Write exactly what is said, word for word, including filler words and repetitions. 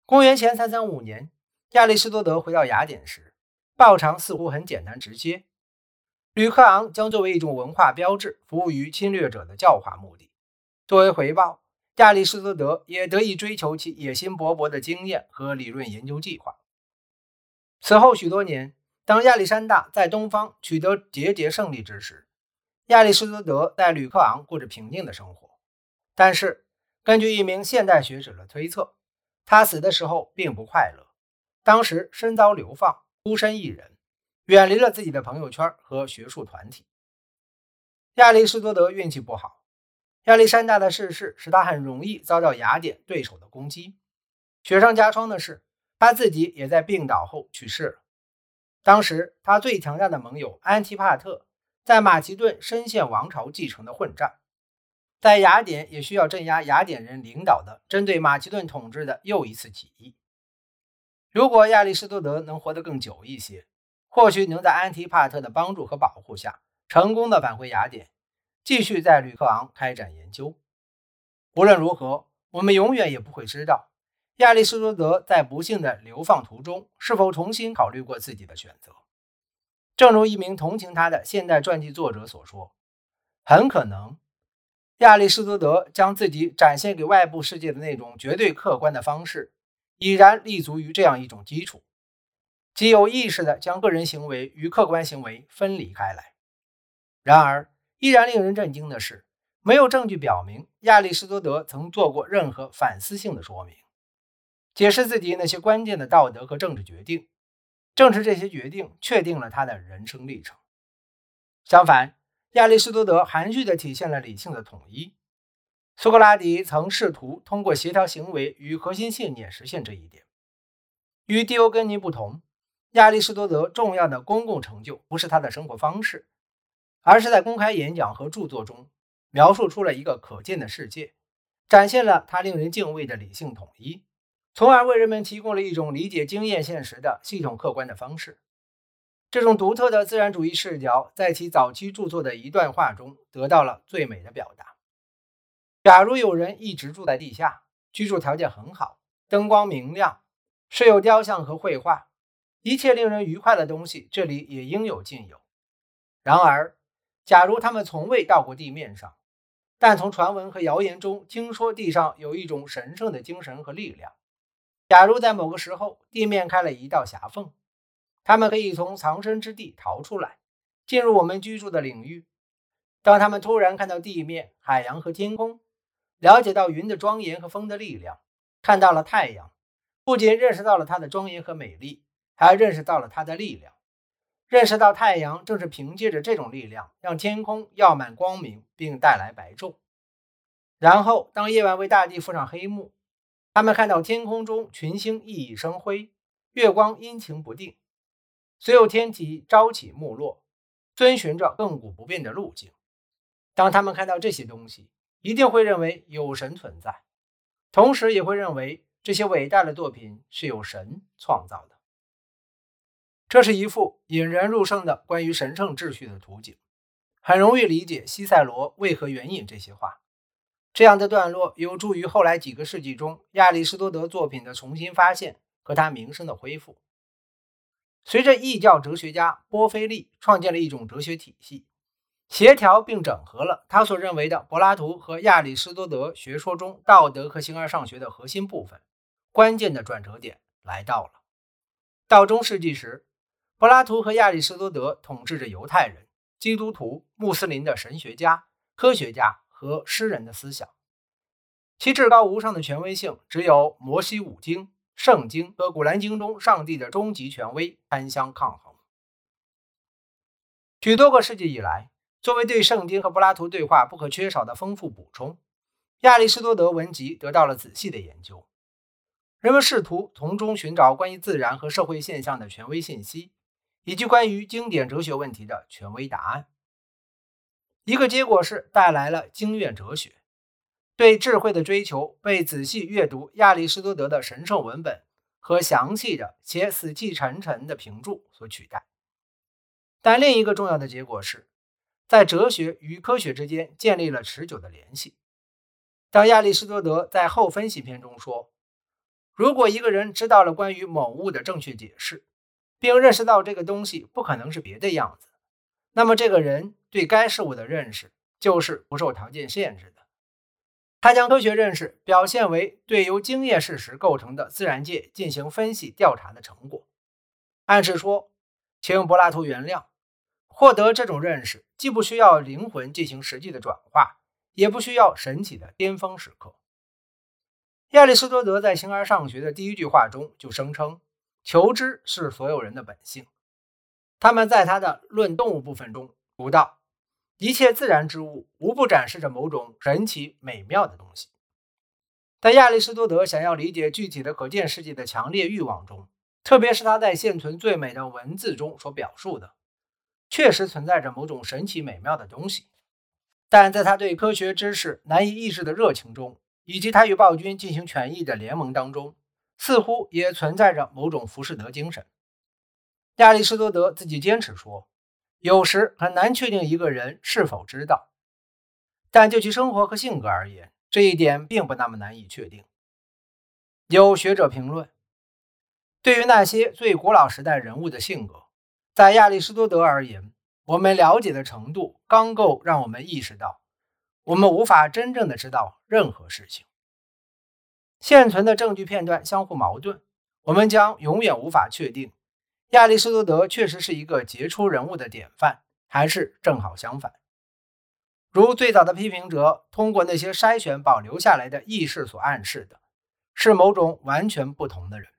公元前三三五年，亚里士多德回到雅典时，报偿似乎很简单直接。吕克昂将作为一种文化标志服务于侵略者的教化目的。作为回报，亚里士多德也得以追求其野心勃勃的经验和理论研究计划。此后许多年，当亚历山大在东方取得节节胜利之时，亚里士多德在吕克昂过着平静的生活。但是，根据一名现代学者的推测，他死的时候并不快乐。当时身遭流放，孤身一人，远离了自己的朋友圈和学术团体。亚里士多德运气不好，亚历山大的逝世使他很容易遭到雅典对手的攻击。雪上加霜的是，他自己也在病倒后去世了。当时他最强大的盟友安提帕特在马其顿深陷王朝继承的混战，在雅典也需要镇压雅典人领导的针对马其顿统治的又一次起义。如果亚里士多德能活得更久一些，或许能在安提帕特的帮助和保护下成功的返回雅典，继续在吕克昂开展研究。无论如何，我们永远也不会知道亚里士多德在不幸的流放途中是否重新考虑过自己的选择。正如一名同情他的现代传记作者所说，很可能亚里士多德将自己展现给外部世界的那种绝对客观的方式，已然立足于这样一种基础，即有意识地将个人行为与客观行为分离开来。然而，依然令人震惊的是，没有证据表明亚里士多德曾做过任何反思性的说明，解释自己那些关键的道德和政治决定。正是这些决定确定了他的人生历程。相反，亚里士多德含蓄地体现了理性的统一。苏格拉底曾试图通过协调行为与核心信念实现这一点。与狄欧根尼不同，亚里士多德重要的公共成就不是他的生活方式，而是在公开演讲和著作中描述出了一个可见的世界，展现了他令人敬畏的理性统一，从而为人们提供了一种理解经验现实的系统客观的方式。这种独特的自然主义视角在其早期著作的一段话中得到了最美的表达。假如有人一直住在地下，居住条件很好，灯光明亮，设有雕像和绘画，一切令人愉快的东西这里也应有尽有。然而，假如他们从未到过地面上，但从传闻和谣言中听说地上有一种神圣的精神和力量，假如在某个时候地面开了一道狭缝，他们可以从藏身之地逃出来，进入我们居住的领域。当他们突然看到地面、海洋和天空，了解到云的庄严和风的力量，看到了太阳，不仅认识到了它的庄严和美丽，还认识到了它的力量。认识到太阳正是凭借着这种力量，让天空耀满光明并带来白昼。然后当夜晚为大地覆上黑幕，他们看到天空中群星熠熠生辉，月光阴晴不定，所有天体朝起暮落，遵循着亘古不变的路径。当他们看到这些东西，一定会认为有神存在，同时也会认为这些伟大的作品是由神创造的。这是一幅引人入胜的关于神圣秩序的图景，很容易理解西塞罗为何援引这些话。这样的段落有助于后来几个世纪中亚里士多德作品的重新发现和他名声的恢复。随着异教哲学家波菲利创建了一种哲学体系，协调并整合了他所认为的柏拉图和亚里士多德学说中道德和形而上学的核心部分，关键的转折点来到了。到中世纪时，柏拉图和亚里士多德统治着犹太人、基督徒、穆斯林的神学家、科学家和诗人的思想，其至高无上的权威性只有摩西五经、圣经和古兰经中上帝的终极权威堪相抗衡。许多个世纪以来，作为对圣经和柏拉图对话不可缺少的丰富补充，亚里士多德文集得到了仔细的研究。人们试图从中寻找关于自然和社会现象的权威信息，以及关于经典哲学问题的权威答案。一个结果是带来了经验哲学，对智慧的追求被仔细阅读亚里士多德的神圣文本和详细的且死气沉沉的评注所取代。但另一个重要的结果是，在哲学与科学之间建立了持久的联系。当亚里士多德在后分析篇中说， 如果一个人知道了关于某物的正确解释，并认识到这个东西不可能是别的样子，那么这个人对该事物的认识就是不受条件限制的。他将科学认识表现为对由经验事实构成的自然界进行分析调查的成果。暗示说，请柏拉图原谅，获得这种认识既不需要灵魂进行实际的转化，也不需要神奇的巅峰时刻。亚里士多德在《形而上学》的第一句话中就声称，求知是所有人的本性。他们在他的《论动物》部分中读到，一切自然之物无不展示着某种神奇美妙的东西。在亚里士多德想要理解具体的可见世界的强烈欲望中，特别是他在现存最美的文字中所表述的，确实存在着某种神奇美妙的东西。但在他对科学知识难以抑制的热情中，以及他与暴君进行权益的联盟当中，似乎也存在着某种浮士德精神。亚里士多德自己坚持说，有时很难确定一个人是否知道，但就其生活和性格而言，这一点并不那么难以确定。有学者评论，对于那些最古老时代人物的性格，在亚里士多德而言，我们了解的程度刚够让我们意识到，我们无法真正的知道任何事情。现存的证据片段相互矛盾，我们将永远无法确定亚里士多德确实是一个杰出人物的典范，还是正好相反。如最早的批评者通过那些筛选保留下来的轶事所暗示的，是某种完全不同的人。